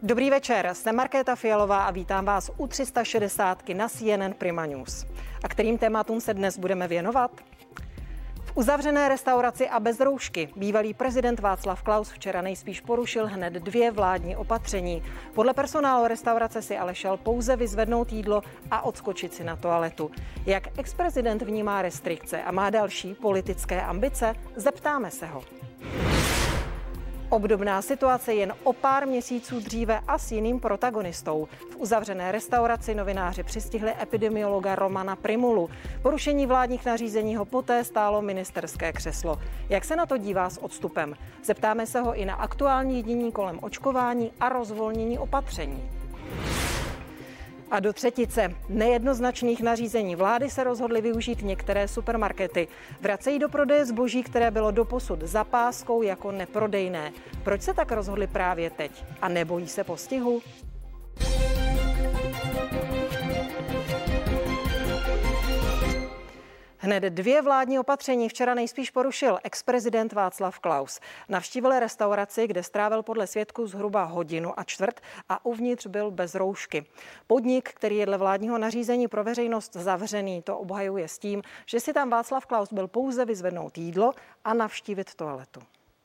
Dobrý večer, jsem Markéta Fialová a vítám vás u 360 na CNN Prima News. A kterým tématům se dnes budeme věnovat? V uzavřené restauraci a bez roušky bývalý prezident Václav Klaus včera nejspíš porušil hned 2 vládní opatření. Podle personálu restaurace si ale šel pouze vyzvednout jídlo a odskočit si na toaletu. Jak exprezident vnímá restrikce a má další politické ambice? Zeptáme se ho. Obdobná situace jen o pár měsíců dříve a s jiným protagonistou. V uzavřené restauraci novináři přistihli epidemiologa Romana Prymulu. Porušení vládních nařízení ho poté stálo ministerské křeslo. Jak se na to dívá s odstupem? Zeptáme se ho i na aktuální dění kolem očkování a rozvolnění opatření. A do třetice nejednoznačných nařízení vlády se rozhodly využít některé supermarkety. Vracejí do prodeje zboží, které bylo doposud za páskou jako neprodejné. Proč se tak rozhodli právě teď? A nebojí se postihu? Hned 2 vládní opatření včera nejspíš porušil exprezident Václav Klaus. Navštívil restauraci, kde strávil podle svědků zhruba 1,25 hodiny a uvnitř byl bez roušky. Podnik, který je dle vládního nařízení pro veřejnost zavřený, to obhajuje s tím, že si tam Václav Klaus byl pouze vyzvednout jídlo a navštívit toaletu.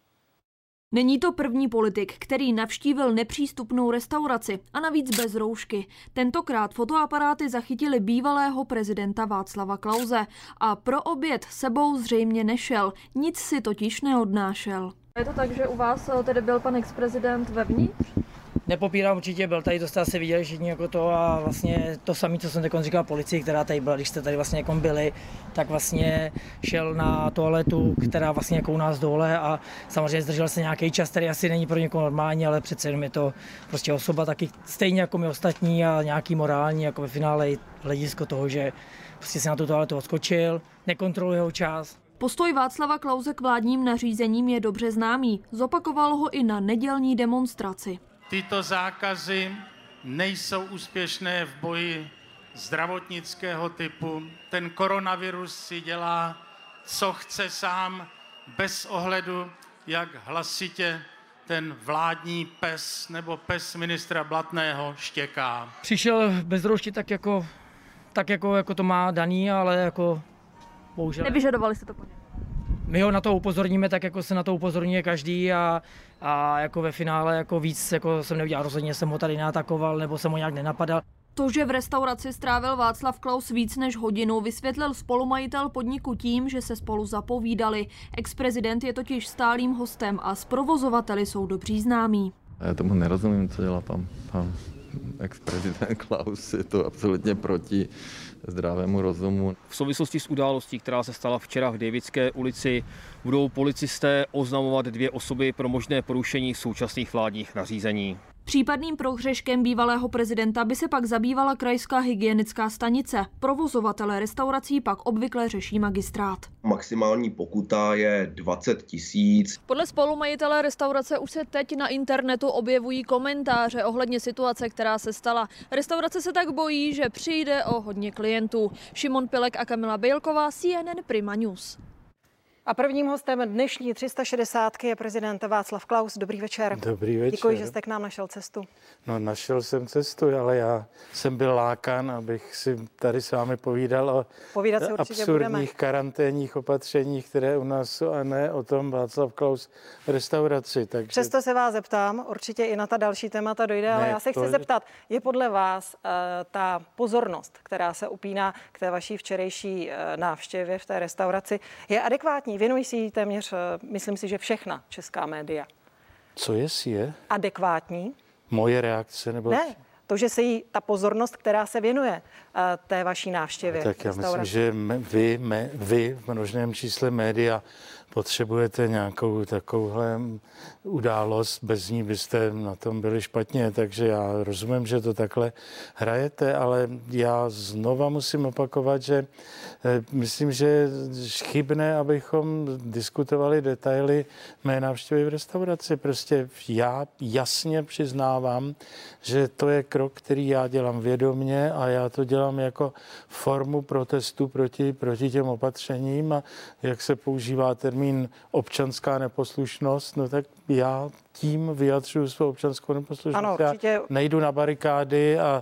Není to první politik, který navštívil nepřístupnou restauraci a navíc bez roušky. Tentokrát fotoaparáty zachytili bývalého prezidenta Václava Klause a pro oběd sebou zřejmě nešel, nic si totiž neodnášel. Je to tak, že u vás tedy byl pan exprezident vevnitř? Nepopírám, určitě byl tady, to jste asi viděli všichni jako to a vlastně to samé, co jsem teď říkal policii, která tady byla, když jste tady vlastně jako byli, tak vlastně šel na toaletu, která vlastně jako u nás dole a samozřejmě zdržel se nějaký čas, který asi není pro někoho normální, ale přece jenom je to prostě osoba taky stejně jako my ostatní a nějaký morální, jako ve finále hledisko toho, že prostě si na tu toaletu odskočil, nekontroluje ho čas. Postoj Václava Klause k vládním nařízením je dobře známý. Zopakoval ho i na nedělní demonstraci. Tyto zákazy nejsou úspěšné v boji zdravotnického typu. Ten koronavirus si dělá, co chce sám, bez ohledu, jak hlasitě ten vládní pes nebo pes ministra Blatného štěká. Přišel bez roušky tak jako to má daný, ale jako bohužel. Nevyžadovali jste to po něm? My ho na to upozorníme, tak jako se na to upozorňuje každý a jako ve finále jako víc jako jsem neudělal, rozhodně jsem ho tady neatakoval nebo jsem ho nějak nenapadal. To, že v restauraci strávil Václav Klaus víc než hodinu, vysvětlil spolumajitel podniku tím, že se spolu zapovídali. Exprezident je totiž stálým hostem a s provozovateli jsou dobří známí. Já tomu nerozumím, co dělá pan ex-prezident Klaus, je to absolutně proti zdravému rozumu. V souvislosti s událostí, která se stala včera v Davidské ulici, budou policisté oznamovat 2 osoby pro možné porušení současných vládních nařízení. Případným prohřeškem bývalého prezidenta by se pak zabývala krajská hygienická stanice. Provozovatelé restaurací pak obvykle řeší magistrát. Maximální pokuta je 20 000. Podle spolumajitele restaurace už se teď na internetu objevují komentáře ohledně situace, která se stala. Restaurace se tak bojí, že přijde o hodně klientů. Šimon Pilek a Kamila Bejlková, CNN Prima News. A prvním hostem dnešní 360 je prezident Václav Klaus. Dobrý večer. Dobrý večer. Děkuji, že jste k nám našel cestu. No, našel jsem cestu, ale já jsem byl lákán, abych si tady s vámi povídal o absurdních karanténních opatřeních, které u nás jsou, a ne o tom Václav Klaus restauraci. Takže... Přesto se vás zeptám, určitě i na ta další témata dojde, ale já se chci zeptat, je podle vás ta pozornost, která se upíná k té vaší včerejší návštěvě v té restauraci, je adekvátní? Věnují si jí téměř, myslím si, že všechna česká média. Co je? Adekvátní? Moje reakce? Nebo... Ne, to, že se jí ta pozornost, která se věnuje té vaší návštěvě. Tak já myslím, že vy v množném čísle média potřebujete nějakou takovouhle událost, bez ní byste na tom byli špatně, takže já rozumím, že to takhle hrajete, ale já znova musím opakovat, že myslím, že je chybné, abychom diskutovali detaily mé návštěvy v restauraci. Prostě já jasně přiznávám, že to je krok, který já dělám vědomě a já to dělám jako formu protestu proti těm opatřením a jak se používá ten termín občanská neposlušnost, no tak já tím vyjadřuju svou občanskou neposlušnost. Ano, určitě. Já nejdu na barikády a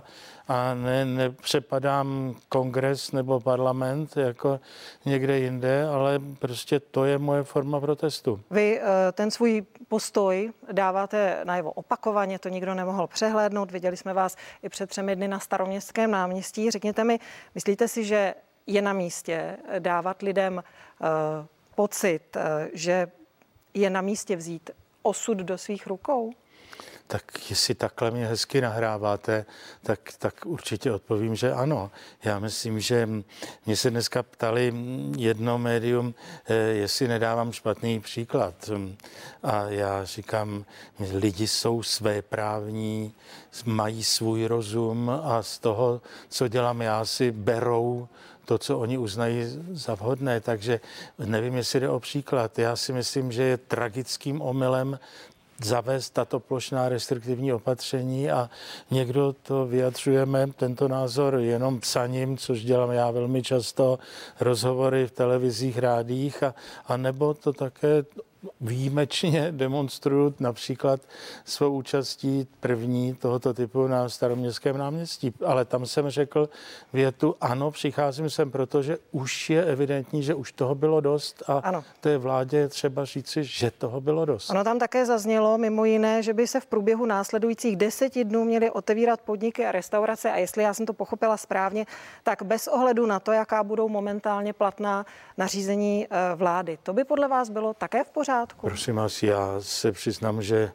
nepřepadám kongres nebo parlament jako někde jinde, ale prostě to je moje forma protestu. Vy ten svůj postoj dáváte najevo opakovaně, to nikdo nemohl přehlédnout. Viděli jsme vás i před 3 dny na Staroměstském náměstí. Řekněte mi, myslíte si, že je na místě dávat lidem pocit, že je na místě vzít osud do svých rukou? Tak jestli takhle mě hezky nahráváte, tak určitě odpovím, že ano. Já myslím, že mě se dneska ptali jedno médium, jestli nedávám špatný příklad. A já říkám, lidi jsou svéprávní, mají svůj rozum a z toho, co dělám já, si berou to, co oni uznají za vhodné. Takže nevím, jestli jde o příklad. Já si myslím, že je tragickým omylem zavést tato plošná restriktivní opatření a někdo to vyjadřujeme, tento názor jenom psaním, což dělám já velmi často, rozhovory v televizích, rádiích a nebo to také výjimečně demonstruju například svou účastí první tohoto typu na Staroměstském náměstí. Ale tam jsem řekl větu, ano, přicházím sem, protože už je evidentní, že už toho bylo dost a ano. Té vládě je třeba říci, že toho bylo dost. Ono tam také zaznělo mimo jiné, že by se v průběhu následujících 10 dnů měly otevírat podniky a restaurace a jestli já jsem to pochopila správně, tak bez ohledu na to, jaká budou momentálně platná nařízení vlády. To by podle vás bylo také v pořádku? Prosím vás, já se přiznám, že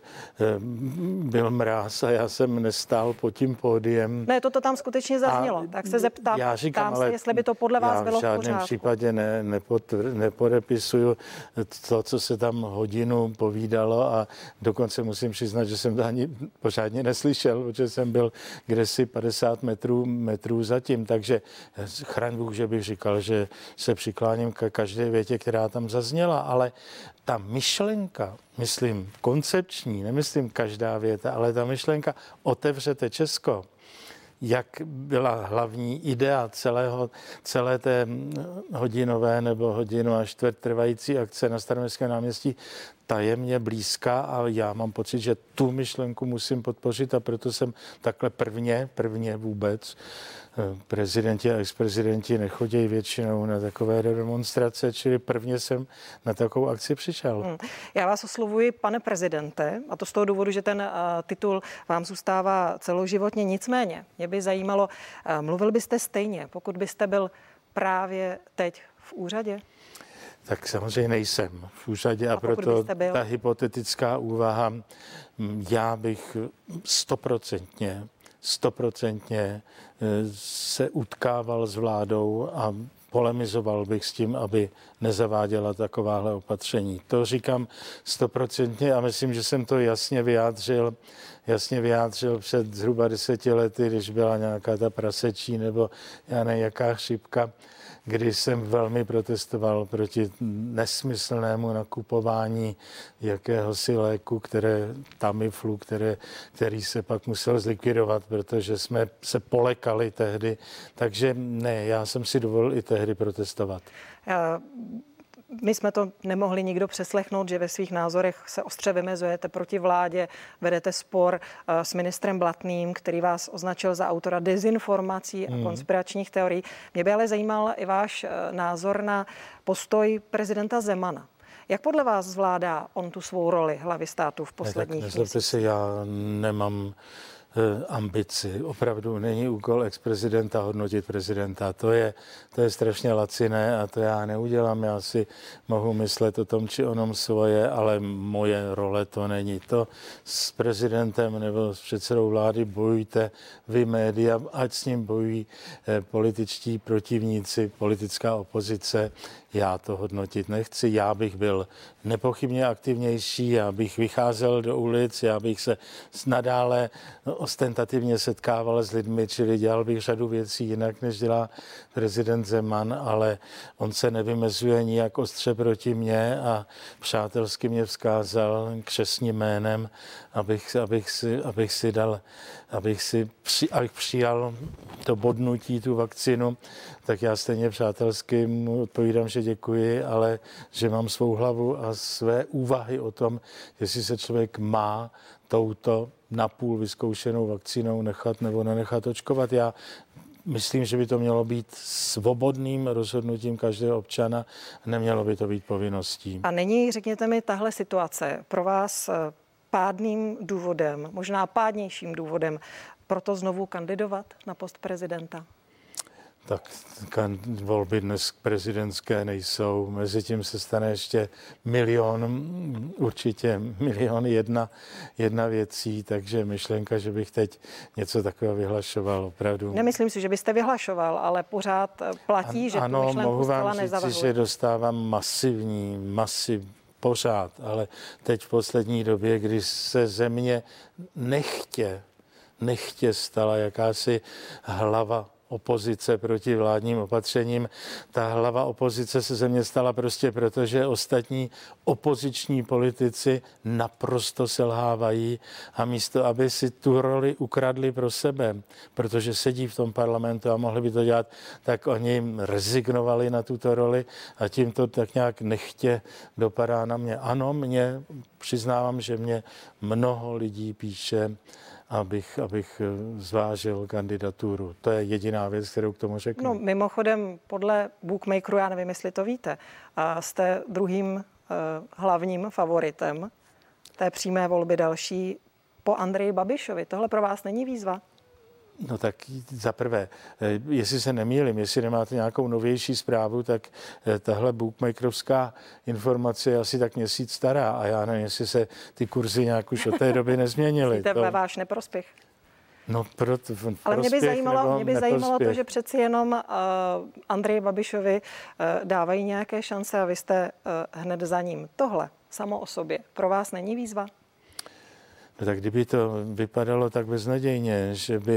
byl mráz a já jsem nestál pod tím pódiem. Ne, toto tam skutečně zaznělo. Tak se zeptám, ptám se, jestli by to podle vás bylo v pořádku. Já v žádném případě nepodepisuju to, co se tam hodinu povídalo a dokonce musím přiznat, že jsem to ani pořádně neslyšel, protože jsem byl kdesi 50 metrů zatím, takže chraň Bůh, že bych říkal, že se přikláním k každé větě, která tam zazněla, ale ta myšlenka, myslím koncepční, nemyslím každá věta, ale ta myšlenka otevřete Česko, jak byla hlavní idea celé té hodinové nebo hodinu a čtvrt trvající akce na Staroměstském náměstí, ta je mně blízká a já mám pocit, že tu myšlenku musím podpořit a proto jsem takhle prvně vůbec. Prezidenti a exprezidenti nechodí většinou na takové demonstrace, čili prvně jsem na takovou akci přišel. Já vás oslovuji, pane prezidente, a to z toho důvodu, že ten titul vám zůstává celoživotně. Nicméně, mě by zajímalo, mluvil byste stejně, pokud byste byl právě teď v úřadě? Tak samozřejmě nejsem v úřadě a proto ta hypotetická úvaha, já bych 100% se utkával s vládou a polemizoval bych s tím, aby nezaváděla takováhle opatření. To říkám 100% a myslím, že jsem to jasně vyjádřil před zhruba 10 lety, když byla nějaká ta prasečí nebo já nevím, jaká chřipka, kdy jsem velmi protestoval proti nesmyslnému nakupování jakéhosi léku, Tamiflu, který se pak musel zlikvidovat, protože jsme se polekali tehdy. Takže ne, já jsem si dovolil i tehdy protestovat. My jsme to nemohli nikdo přeslechnout, že ve svých názorech se ostře vymezujete proti vládě, vedete spor s ministrem Blatným, který vás označil za autora dezinformací a konspiračních teorií. Mě by ale zajímal i váš názor na postoj prezidenta Zemana. Jak podle vás zvládá on tu svou roli hlavy státu v posledních měsících? Nezlobte se, já nemám ambici. Opravdu není úkol ex-prezidenta hodnotit prezidenta. To je strašně laciné a to já neudělám. Já si mohu myslet o tom, či onom svoje, ale moje role to není. To s prezidentem nebo s předsedou vlády bojujte vy média, ať s ním bojují političtí protivníci, politická opozice. Já to hodnotit nechci. Já bych byl nepochybně aktivnější, já bych vycházel do ulic, já bych se nadále ostentativně setkával s lidmi, čili dělal bych řadu věcí jinak, než dělá prezident Zeman, ale on se nevymezuje nijak ostře proti mně a přátelsky mě vzkázal křestním jménem, abych přijal to bodnutí, tu vakcínu, tak já stejně přátelsky mu odpovídám, že děkuji, ale že mám svou hlavu a své úvahy o tom, jestli se člověk má touto napůl vyzkoušenou vakcínou nechat nebo nenechat očkovat. Já myslím, že by to mělo být svobodným rozhodnutím každého občana, nemělo by to být povinností. A není, řekněte mi, tahle situace pro vás pádným důvodem, možná pádnějším důvodem, proto znovu kandidovat na post prezidenta? Tak volby dnes prezidentské nejsou. Mezitím se stane ještě určitě milion jedna věcí, takže myšlenka, že bych teď něco takového vyhlašoval, opravdu. Nemyslím si, že byste vyhlašoval, ale pořád platí, že tu myšlenku zcela nezavahuje. Ano, mohu vám říct, že dostávám masiv pořád, ale teď v poslední době, když se země nechtě stala jakási hlava opozice proti vládním opatřením. Ta hlava opozice se ze mě stala prostě proto, že ostatní opoziční politici naprosto selhávají a místo, aby si tu roli ukradli pro sebe, protože sedí v tom parlamentu a mohli by to dělat, tak oni rezignovali na tuto roli a tím to tak nějak nechtě dopadá na mě. Ano, přiznávám, že mě mnoho lidí píše, abych zvážil kandidaturu. To je jediná věc, kterou k tomu řeknu. No, mimochodem, podle bookmakeru, já nevím, jestli to víte, jste druhým hlavním favoritem té přímé volby další po Andreji Babišovi. Tohle pro vás není výzva? No tak za prvé, jestli se nemýlím, jestli nemáte nějakou novější zprávu, tak tahle bookmakerovská informace je asi tak měsíc stará a já nevím, jestli se ty kurzy nějak už od té doby nezměnily. Myslíte ve váš neprospěch? No, ale mě by zajímalo to, že přeci jenom Andreji Babišovi dávají nějaké šance a vy jste hned za ním. Tohle samo o sobě pro vás není výzva? No tak kdyby to vypadalo tak beznadějně,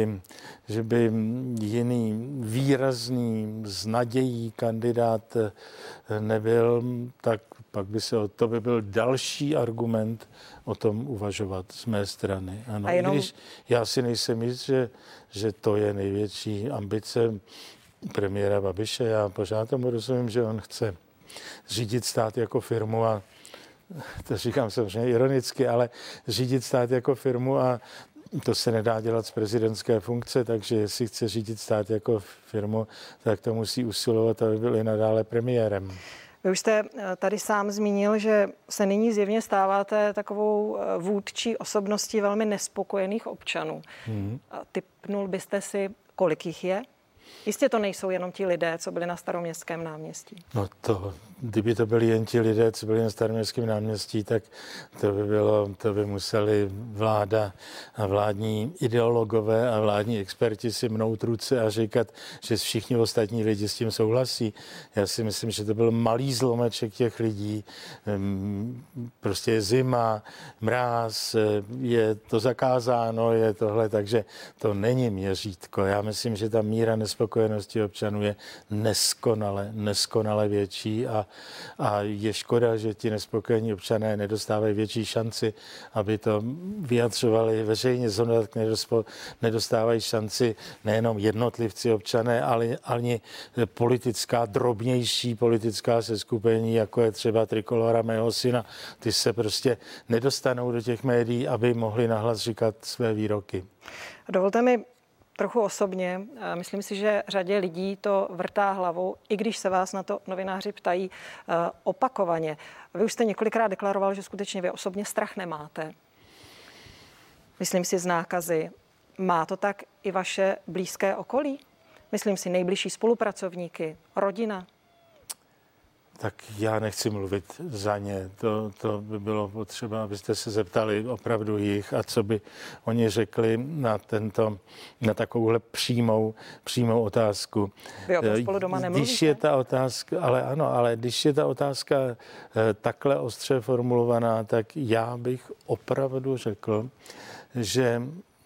že by jiný výrazný z nadějí kandidát nebyl, tak pak to by byl další argument o tom uvažovat z mé strany. Ano, když já si nejsem jist, že to je největší ambice premiéra Babiše. Já pořád tomu rozumím, že on chce řídit stát jako firmu a to říkám samozřejmě ironicky, ale řídit stát jako firmu a to se nedá dělat z prezidentské funkce, takže jestli chce řídit stát jako firmu, tak to musí usilovat, aby byl i nadále premiérem. Vy už jste tady sám zmínil, že se nyní zjevně stáváte takovou vůdčí osobností velmi nespokojených občanů. Tipnul byste si, kolik jich je? Jistě to nejsou jenom ti lidé, co byli na Staroměstském náměstí. No kdyby to byli jen ti lidé, co byli na Staroměstském náměstí, tak to by museli vláda a vládní ideologové a vládní experti si mnout ruce a říkat, že všichni ostatní lidi s tím souhlasí. Já si myslím, že to byl malý zlomeček těch lidí. Prostě je zima, mráz, je to zakázáno, je tohle, takže to není měřítko. Já myslím, že ta míra nespokojenosti občanů je neskonale větší a je škoda, že ti nespokojení občané nedostávají větší šanci, aby to vyjadřovali veřejně, nedostávají šanci nejenom jednotlivci občané, ale ani drobnější politická seskupení, jako je třeba Trikolora mého syna. Ty se prostě nedostanou do těch médií, aby mohli nahlas říkat své výroky. Dovolte mi trochu osobně, myslím si, že řadě lidí to vrtá hlavou, i když se vás na to novináři ptají opakovaně. Vy už jste několikrát deklaroval, že skutečně vy osobně strach nemáte. Myslím si z nákazy. Má to tak i vaše blízké okolí? Myslím si nejbližší spolupracovníky, rodina? Tak já nechci mluvit za ně. To by bylo potřeba, abyste se zeptali opravdu jich a co by oni řekli na takovouhle přímou otázku. Vy o tom spolu doma nemluvíte? Když je ta otázka, ale když je ta otázka takhle ostře formulovaná, tak já bych opravdu řekl, že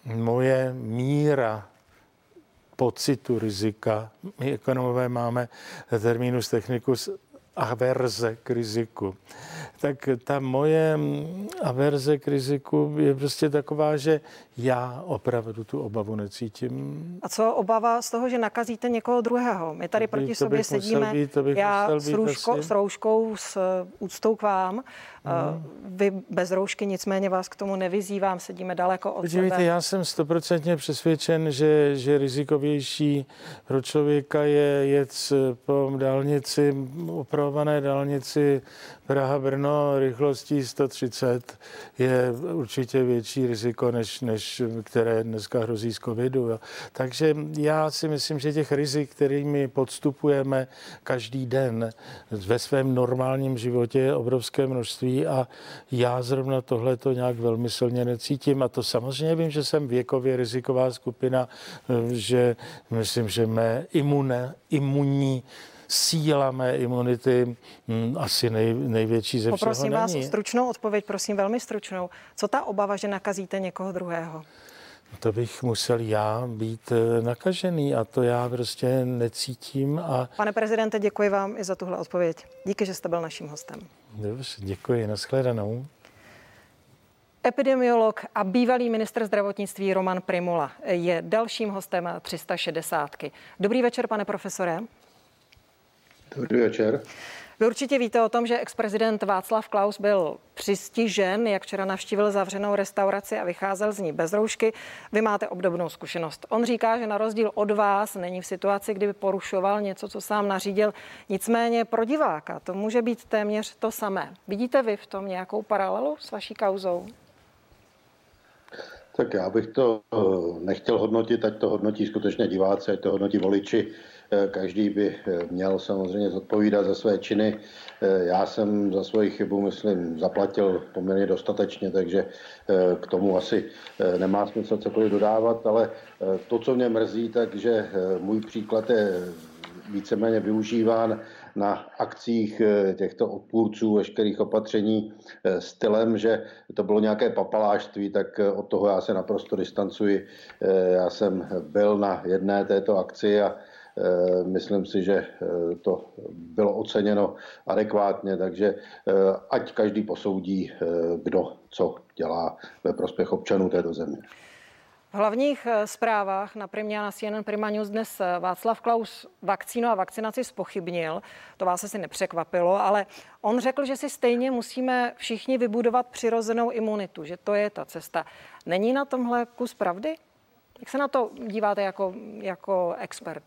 moje míra pocitu rizika, my ekonomové máme terminus technicus averze k riziku, tak ta moje averze k riziku je prostě taková, že já opravdu tu obavu necítím. A co obava z toho, že nakazíte někoho druhého? My tady proti sobě sedíme, já s rouškou, s úctou k vám, vy bez roušky, nicméně vás k tomu nevyzývám, sedíme daleko od sebe. Já jsem 100% přesvědčen, že rizikovější pro člověka je jet po dálnici, opravované dálnici Praha-Brno rychlostí 130 je určitě větší riziko, než které dneska hrozí z covidu. Jo. Takže já si myslím, že těch rizik, kterými podstupujeme každý den ve svém normálním životě, je obrovské množství a já zrovna tohle to nějak velmi silně necítím. A to samozřejmě vím, že jsem věkově riziková skupina, že myslím, že mé imunní síla mé imunity asi největší ze všeho není. Poprosím vás o stručnou odpověď, prosím, velmi stručnou. Co ta obava, že nakazíte někoho druhého? To bych musel já být nakažený a to já prostě necítím. Pane prezidente, děkuji vám i za tuhle odpověď. Díky, že jste byl naším hostem. Dobře, děkuji, nashledanou. Epidemiolog a bývalý ministr zdravotnictví Roman Prymula je dalším hostem 360. Dobrý večer, pane profesore. Dobrý večer. Vy určitě víte o tom, že ex-prezident Václav Klaus byl přistižen, jak včera navštívil zavřenou restauraci a vycházel z ní bez roušky. Vy máte obdobnou zkušenost. On říká, že na rozdíl od vás není v situaci, kdyby porušoval něco, co sám nařídil. Nicméně pro diváka to může být téměř to samé. Vidíte vy v tom nějakou paralelu s vaší kauzou? Tak já bych to nechtěl hodnotit, ať to hodnotí skutečně diváci, ať to hodnotí voliči. Každý by měl samozřejmě zodpovídat za své činy. Já jsem za svoji chybu, myslím, zaplatil poměrně dostatečně, takže k tomu asi nemá smysl cokoliv dodávat, ale to, co mě mrzí, takže můj příklad je víceméně využíván na akcích těchto odpůrců veškerých opatření stylem, že to bylo nějaké papalášství, tak od toho já se naprosto distancuji. Já jsem byl na jedné této akci a myslím si, že to bylo oceněno adekvátně, takže ať každý posoudí, kdo co dělá ve prospěch občanů této země. V hlavních zprávách na Primě a na CNN Prima News dnes Václav Klaus vakcínu a vakcinaci zpochybnil. To vás asi nepřekvapilo, ale on řekl, že si stejně musíme všichni vybudovat přirozenou imunitu, že to je ta cesta. Není na tomhle kus pravdy? Jak se na to díváte jako expert?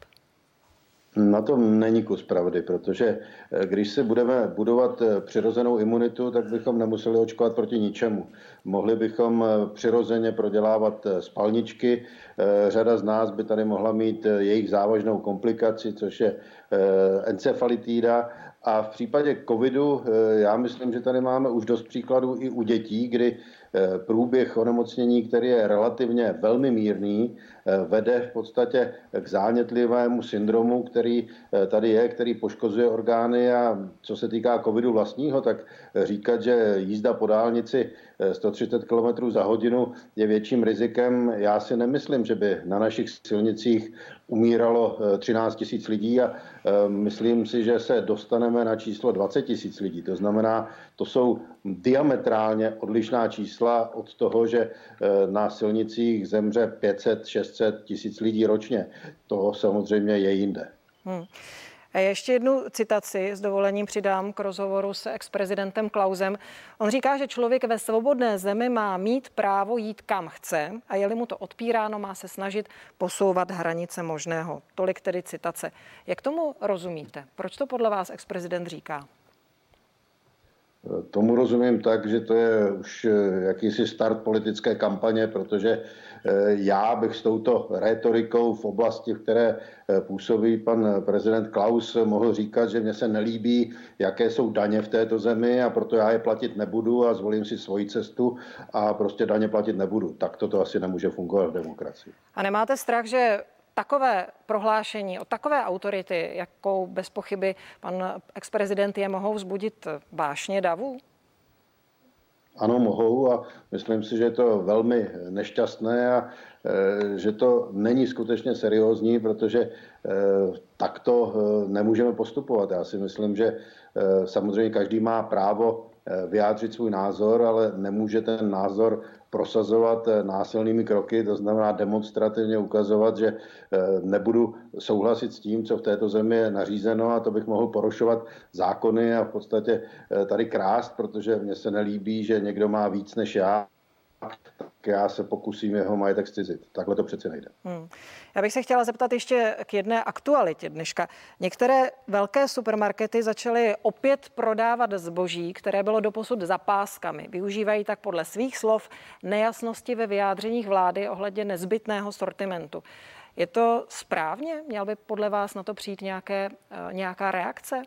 Na tom není kus pravdy, protože když si budeme budovat přirozenou imunitu, tak bychom nemuseli očkovat proti ničemu. Mohli bychom přirozeně prodělávat spalničky. Řada z nás by tady mohla mít jejich závažnou komplikaci, což je encefalitída. A v případě covidu já myslím, že tady máme už dost příkladů i u dětí, kdy průběh onemocnění, který je relativně velmi mírný, vede v podstatě k zánětlivému syndromu, který tady je, který poškozuje orgány a co se týká covidu vlastního, tak říkat, že jízda po dálnici 130 km za hodinu je větším rizikem, já si nemyslím, že by na našich silnicích umíralo 13 000 lidí a myslím si, že se dostaneme na číslo 20 000 lidí. To znamená, to jsou diametrálně odlišná čísla od toho, že na silnicích zemře 500-600 000 lidí ročně. To samozřejmě je jinde. A ještě jednu citaci s dovolením přidám k rozhovoru s ex-prezidentem Klausem. On říká, že člověk ve svobodné zemi má mít právo jít kam chce a je-li mu to odpíráno, má se snažit posouvat hranice možného. Tolik tedy citace. Jak tomu rozumíte? Proč to podle vás ex-prezident říká? Tomu rozumím tak, že to je už jakýsi start politické kampaně, protože já bych s touto rétorikou v oblasti, v které působí pan prezident Klaus, mohl říkat, že mně se nelíbí, jaké jsou daně v této zemi a proto já je platit nebudu a zvolím si svoji cestu a prostě daně platit nebudu. Tak toto asi nemůže fungovat v demokracii. A nemáte strach, že takové prohlášení od takové autority, jakou bez pochyby pan ex-prezident je, mohou vzbudit vášně davu? Ano, mohou a myslím si, že je to velmi nešťastné a že to není skutečně seriózní, protože takto nemůžeme postupovat. Já si myslím, že samozřejmě každý má právo vyjádřit svůj názor, ale nemůže ten názor prosazovat násilnými kroky, to znamená demonstrativně ukazovat, že nebudu souhlasit s tím, co v této zemi je nařízeno a to bych mohl porušovat zákony a v podstatě tady krást, protože mně se nelíbí, že někdo má víc než já, tak já se pokusím jeho majetek zcizit. Takhle to přece nejde. Já bych se chtěla zeptat ještě k jedné aktualitě dneška. Některé velké supermarkety začaly opět prodávat zboží, které bylo doposud za páskami. Využívají tak podle svých slov nejasnosti ve vyjádřeních vlády ohledně nezbytného sortimentu. Je to správně? Měl by podle vás na to přijít nějaká reakce?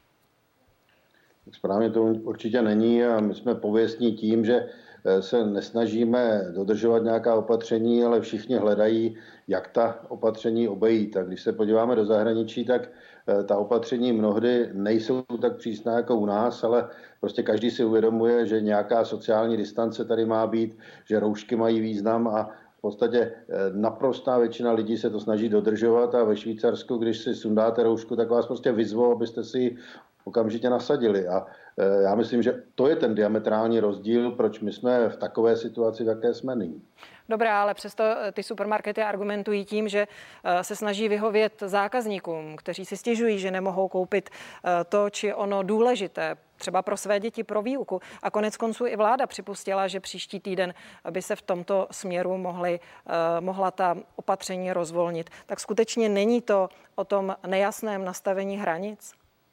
Správně to určitě není a my jsme pověstní tím, že se nesnažíme dodržovat nějaká opatření, ale všichni hledají, jak ta opatření obejít. A když se podíváme do zahraničí, tak ta opatření mnohdy nejsou tak přísná jako u nás, ale prostě každý si uvědomuje, že nějaká sociální distance tady má být, že roušky mají význam a v podstatě naprostá většina lidí se to snaží dodržovat a ve Švýcarsku, když si sundáte roušku, tak vás prostě vyzvou, abyste si ji okamžitě nasadili. A já myslím, že to je ten diametrální rozdíl, proč my jsme v takové situaci, v jaké jsme nyní. Dobrá, ale přesto ty supermarkety argumentují tím, že se snaží vyhovět zákazníkům, kteří si stěžují, že nemohou koupit to či ono důležité, třeba pro své děti, pro výuku. A konec konců i vláda připustila, že příští týden by se v tomto směru mohla ta opatření rozvolnit. Tak skutečně není to o tom nejasném nastavení hranic?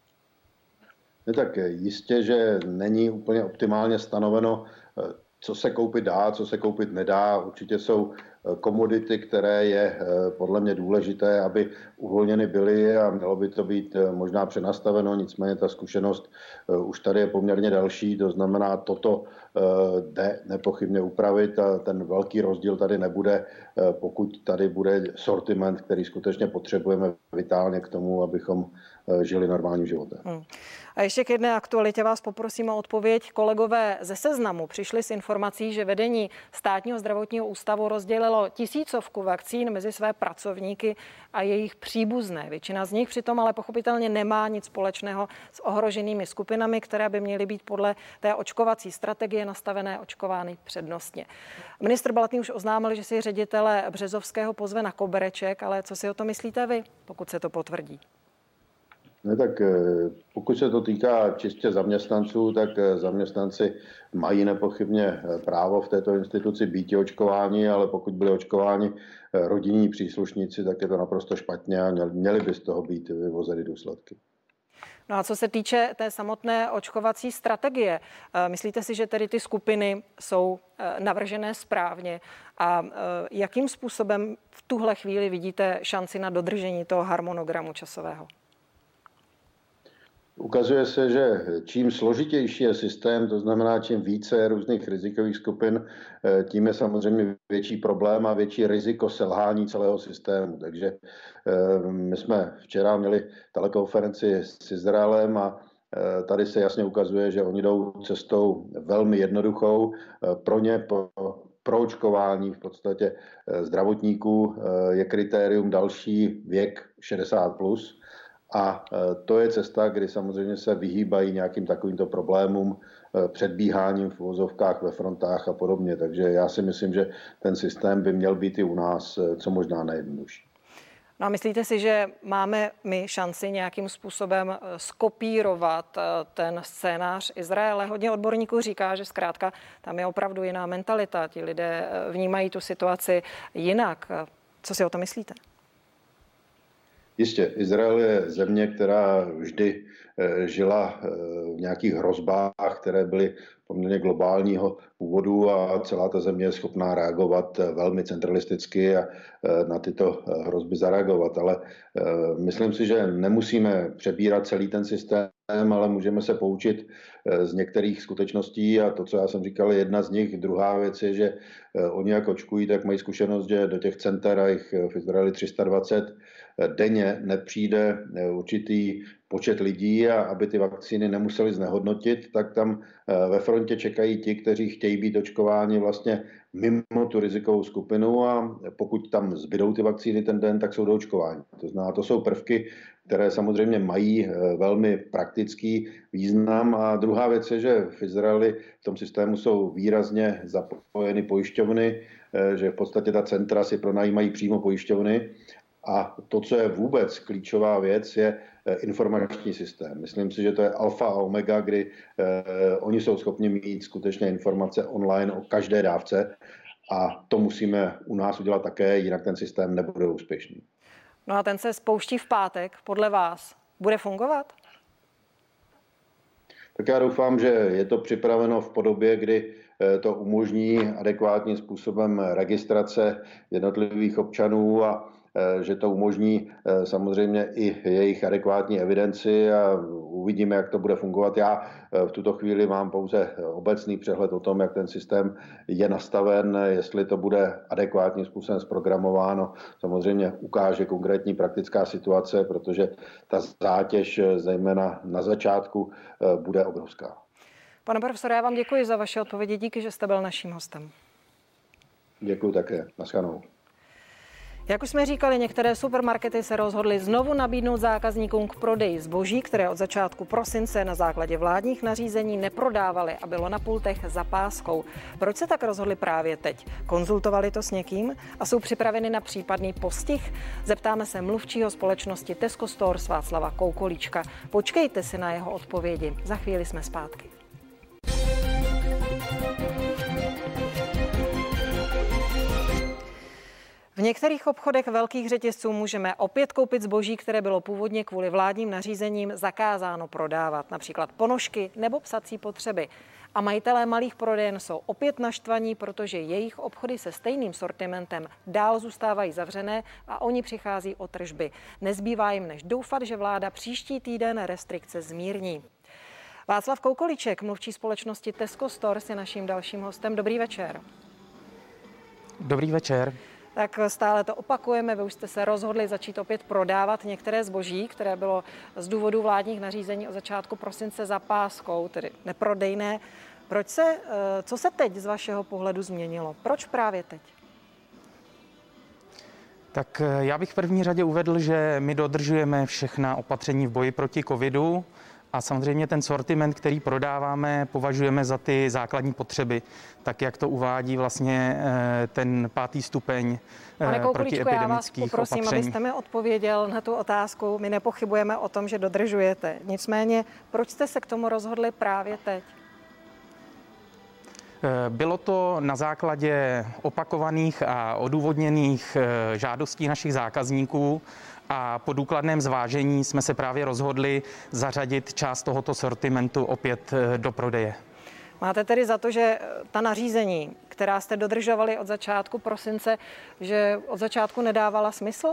Tak jistě, že není úplně optimálně stanoveno, co se koupit dá, co se koupit nedá. Určitě jsou komodity, které je podle mě důležité, aby uvolněny byly a mělo by to být možná přenastaveno, nicméně ta zkušenost už tady je poměrně další, to znamená, toto jde nepochybně upravit a ten velký rozdíl tady nebude, pokud tady bude sortiment, který skutečně potřebujeme vitálně k tomu, abychom žili normálním životem. A ještě k jedné aktualitě vás poprosím o odpověď. Kolegové ze Seznamu přišli s informací, že vedení Státního zdravotního ústavu rozdělilo 1000 vakcín mezi své pracovníky a jejich příbuzné. Většina z nich přitom ale pochopitelně nemá nic společného s ohroženými skupinami, které by měly být podle té očkovací strategie nastavené očkovány přednostně. Ministr Blatný už oznámil, že si ředitele Březovského pozve na kobereček, ale co si o to myslíte vy, pokud se to potvrdí? Ne, tak pokud se to týká čistě zaměstnanců, tak zaměstnanci mají nepochybně právo v této instituci být očkováni, ale pokud byli očkováni rodinní příslušníci, tak je to naprosto špatně a měly by z toho být vyvozeny důsledky. No a co se týče té samotné očkovací strategie, myslíte si, že tedy ty skupiny jsou navržené správně a jakým způsobem v tuhle chvíli vidíte šanci na dodržení toho harmonogramu časového? Ukazuje se, že čím složitější je systém, to znamená čím více různých rizikových skupin, tím je samozřejmě větší problém a větší riziko selhání celého systému. Takže my jsme včera měli telekonferenci s Izraelem a tady se jasně ukazuje, že oni jdou cestou velmi jednoduchou. Pro ně pro očkování v podstatě zdravotníků je kritérium další věk 60+. A to je cesta, kdy samozřejmě se vyhýbají nějakým takovýmto problémům, předbíháním v uvozovkách ve frontách a podobně. Takže já si myslím, že ten systém by měl být i u nás co možná nejjednodušší. No a myslíte si, že máme my šanci nějakým způsobem skopírovat ten scénář Izraele? Hodně odborníků říká, že zkrátka tam je opravdu jiná mentalita. Ti lidé vnímají tu situaci jinak. Co si o to myslíte? Jistě, Izrael je země, která vždy žila v nějakých hrozbách, které byly poměrně globálního původu a celá ta země je schopná reagovat velmi centralisticky a na tyto hrozby zareagovat. Ale myslím si, že nemusíme přebírat celý ten systém, ale můžeme se poučit z některých skutečností a to, co já jsem říkal, je jedna z nich. Druhá věc je, že oni jak očkují, tak mají zkušenost, že do těch center, a jich v Izraeli 320, denně nepřijde určitý počet lidí a aby ty vakcíny nemuseli znehodnotit, tak tam ve frontě čekají ti, kteří chtějí být očkováni vlastně mimo tu rizikovou skupinu a pokud tam zbydou ty vakcíny ten den, tak jsou doočkováni. To znamená, to jsou prvky, které samozřejmě mají velmi praktický význam. A druhá věc je, že v Izraeli v tom systému jsou výrazně zapojeny pojišťovny, že v podstatě ta centra si pronajímají přímo pojišťovny. A to, co je vůbec klíčová věc, je informační systém. Myslím si, že to je alfa a omega, kdy oni jsou schopni mít skutečně informace online o každé dávce a to musíme u nás udělat také, jinak ten systém nebude úspěšný. No a ten se spouští v pátek, podle vás. Bude fungovat? Tak já doufám, že je to připraveno v podobě, kdy to umožní adekvátním způsobem registrace jednotlivých občanů a že to umožní samozřejmě i jejich adekvátní evidenci a uvidíme, jak to bude fungovat. Já v tuto chvíli mám pouze obecný přehled o tom, jak ten systém je nastaven, jestli to bude adekvátním způsobem zprogramováno. Samozřejmě ukáže konkrétní praktická situace, protože ta zátěž zejména na začátku bude obrovská. Pane profesore, já vám děkuji za vaše odpovědi. Díky, že jste byl naším hostem. Děkuji také. Naschledanou. Jak už jsme říkali, některé supermarkety se rozhodly znovu nabídnout zákazníkům k prodeji zboží, které od začátku prosince na základě vládních nařízení neprodávaly a bylo na pultech za páskou. Proč se tak rozhodli právě teď? Konzultovali to s někým a jsou připraveni na případný postih? Zeptáme se mluvčího společnosti Tesco Stores Václava Koukolíčka. Počkejte si na jeho odpovědi. Za chvíli jsme zpátky. V některých obchodech velkých řetězců můžeme opět koupit zboží, které bylo původně kvůli vládním nařízením zakázáno prodávat, například ponožky nebo psací potřeby. A majitelé malých prodejen jsou opět naštvaní, protože jejich obchody se stejným sortimentem dál zůstávají zavřené a oni přichází o tržby. Nezbývá jim než doufat, že vláda příští týden restrikce zmírní. Václav Koukolíček, mluvčí společnosti Tesco Stores, je naším dalším hostem. Dobrý večer. Dobrý večer. Tak stále to opakujeme, vy už jste se rozhodli začít opět prodávat některé zboží, které bylo z důvodu vládních nařízení od začátku prosince za páskou, tedy neprodejné. Co se teď z vašeho pohledu změnilo? Proč právě teď? Tak já bych v první řadě uvedl, že my dodržujeme všechna opatření v boji proti covidu a samozřejmě ten sortiment, který prodáváme, považujeme za ty základní potřeby, tak jak to uvádí vlastně ten 5. stupeň protiepidemických opatření. Poprosím, abyste mi odpověděl na tu otázku. My nepochybujeme o tom, že dodržujete. Nicméně, proč jste se k tomu rozhodli právě teď? Bylo to na základě opakovaných a odůvodněných žádostí našich zákazníků a po důkladném zvážení jsme se právě rozhodli zařadit část tohoto sortimentu opět do prodeje. Máte tedy za to, že ta nařízení, která jste dodržovali od začátku prosince, že od začátku nedávala smysl?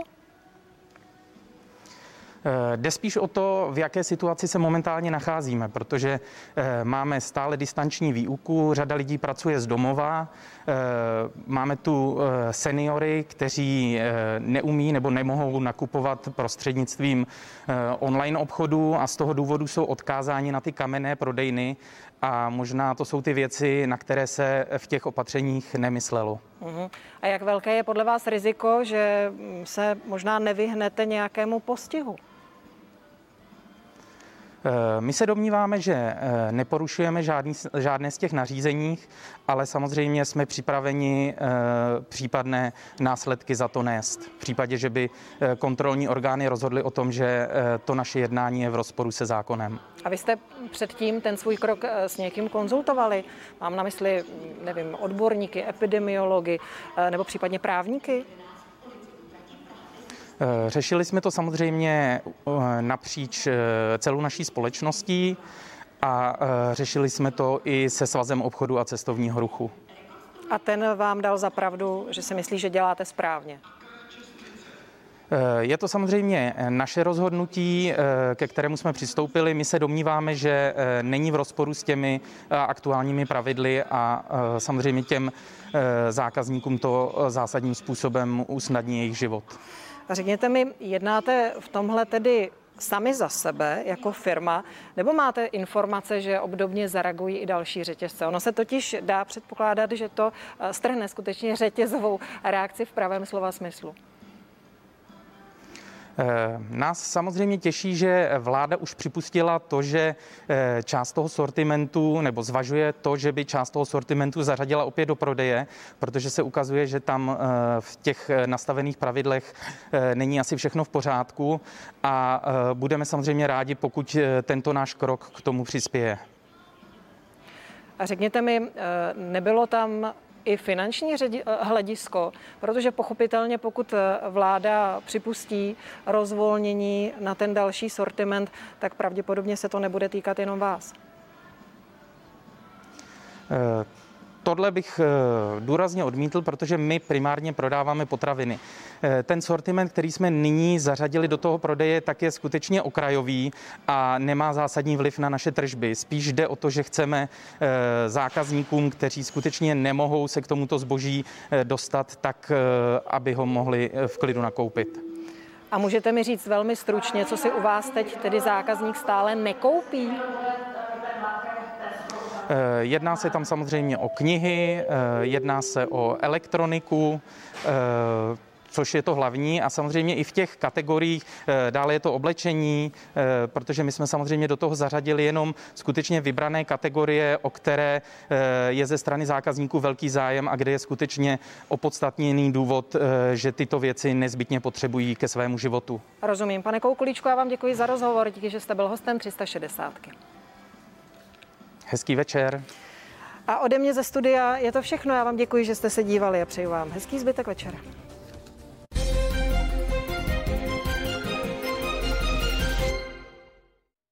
Jde spíš o to, v jaké situaci se momentálně nacházíme, protože máme stále distanční výuku, řada lidí pracuje z domova, máme tu seniory, kteří neumí nebo nemohou nakupovat prostřednictvím online obchodů a z toho důvodu jsou odkázáni na ty kamenné prodejny a možná to jsou ty věci, na které se v těch opatřeních nemyslelo. A jak velké je podle vás riziko, že se možná nevyhnete nějakému postihu? My se domníváme, že neporušujeme žádné z těch nařízení, ale samozřejmě jsme připraveni případné následky za to nést. V případě, že by kontrolní orgány rozhodly o tom, že to naše jednání je v rozporu se zákonem. A vy jste předtím ten svůj krok s někým konzultovali? Mám na mysli, nevím, odborníky, epidemiology nebo případně právníky? Řešili jsme to samozřejmě napříč celou naší společností a řešili jsme to i se Svazem obchodu a cestovního ruchu. A ten vám dal za pravdu, že si myslí, že děláte správně? Je to samozřejmě naše rozhodnutí, ke kterému jsme přistoupili. My se domníváme, že není v rozporu s těmi aktuálními pravidly a samozřejmě těm zákazníkům to zásadním způsobem usnadní jejich život. A řekněte mi, jednáte v tomhle tedy sami za sebe jako firma, nebo máte informace, že obdobně zareagují i další řetězce? Ono se totiž dá předpokládat, že to strhne skutečně řetězovou reakci v pravém slova smyslu. Nás samozřejmě těší, že vláda už připustila to, že část toho sortimentu, nebo zvažuje to, že by část toho sortimentu zařadila opět do prodeje, protože se ukazuje, že tam v těch nastavených pravidlech není asi všechno v pořádku a budeme samozřejmě rádi, pokud tento náš krok k tomu přispěje. A řekněte mi, nebylo tam i finanční hledisko, protože pochopitelně pokud vláda připustí rozvolnění na ten další sortiment, tak pravděpodobně se to nebude týkat jenom vás. Tohle bych důrazně odmítl, protože my primárně prodáváme potraviny. Ten sortiment, který jsme nyní zařadili do toho prodeje, tak je skutečně okrajový a nemá zásadní vliv na naše tržby. Spíš jde o to, že chceme zákazníkům, kteří skutečně nemohou se k tomuto zboží dostat, tak aby ho mohli v klidu nakoupit. A můžete mi říct velmi stručně, co si u vás teď tedy zákazník stále nekoupí? Jedná se tam samozřejmě o knihy, jedná se o elektroniku, což je to hlavní, a samozřejmě i v těch kategoriích dále je to oblečení, protože my jsme samozřejmě do toho zařadili jenom skutečně vybrané kategorie, o které je ze strany zákazníků velký zájem a kde je skutečně opodstatněný důvod, že tyto věci nezbytně potřebují ke svému životu. Rozumím. Pane Koukulíčku, já vám děkuji za rozhovor, díky, že jste byl hostem 360. Hezký večer. A ode mě ze studia je to všechno. Já vám děkuji, že jste se dívali a přeju vám hezký zbytek večera.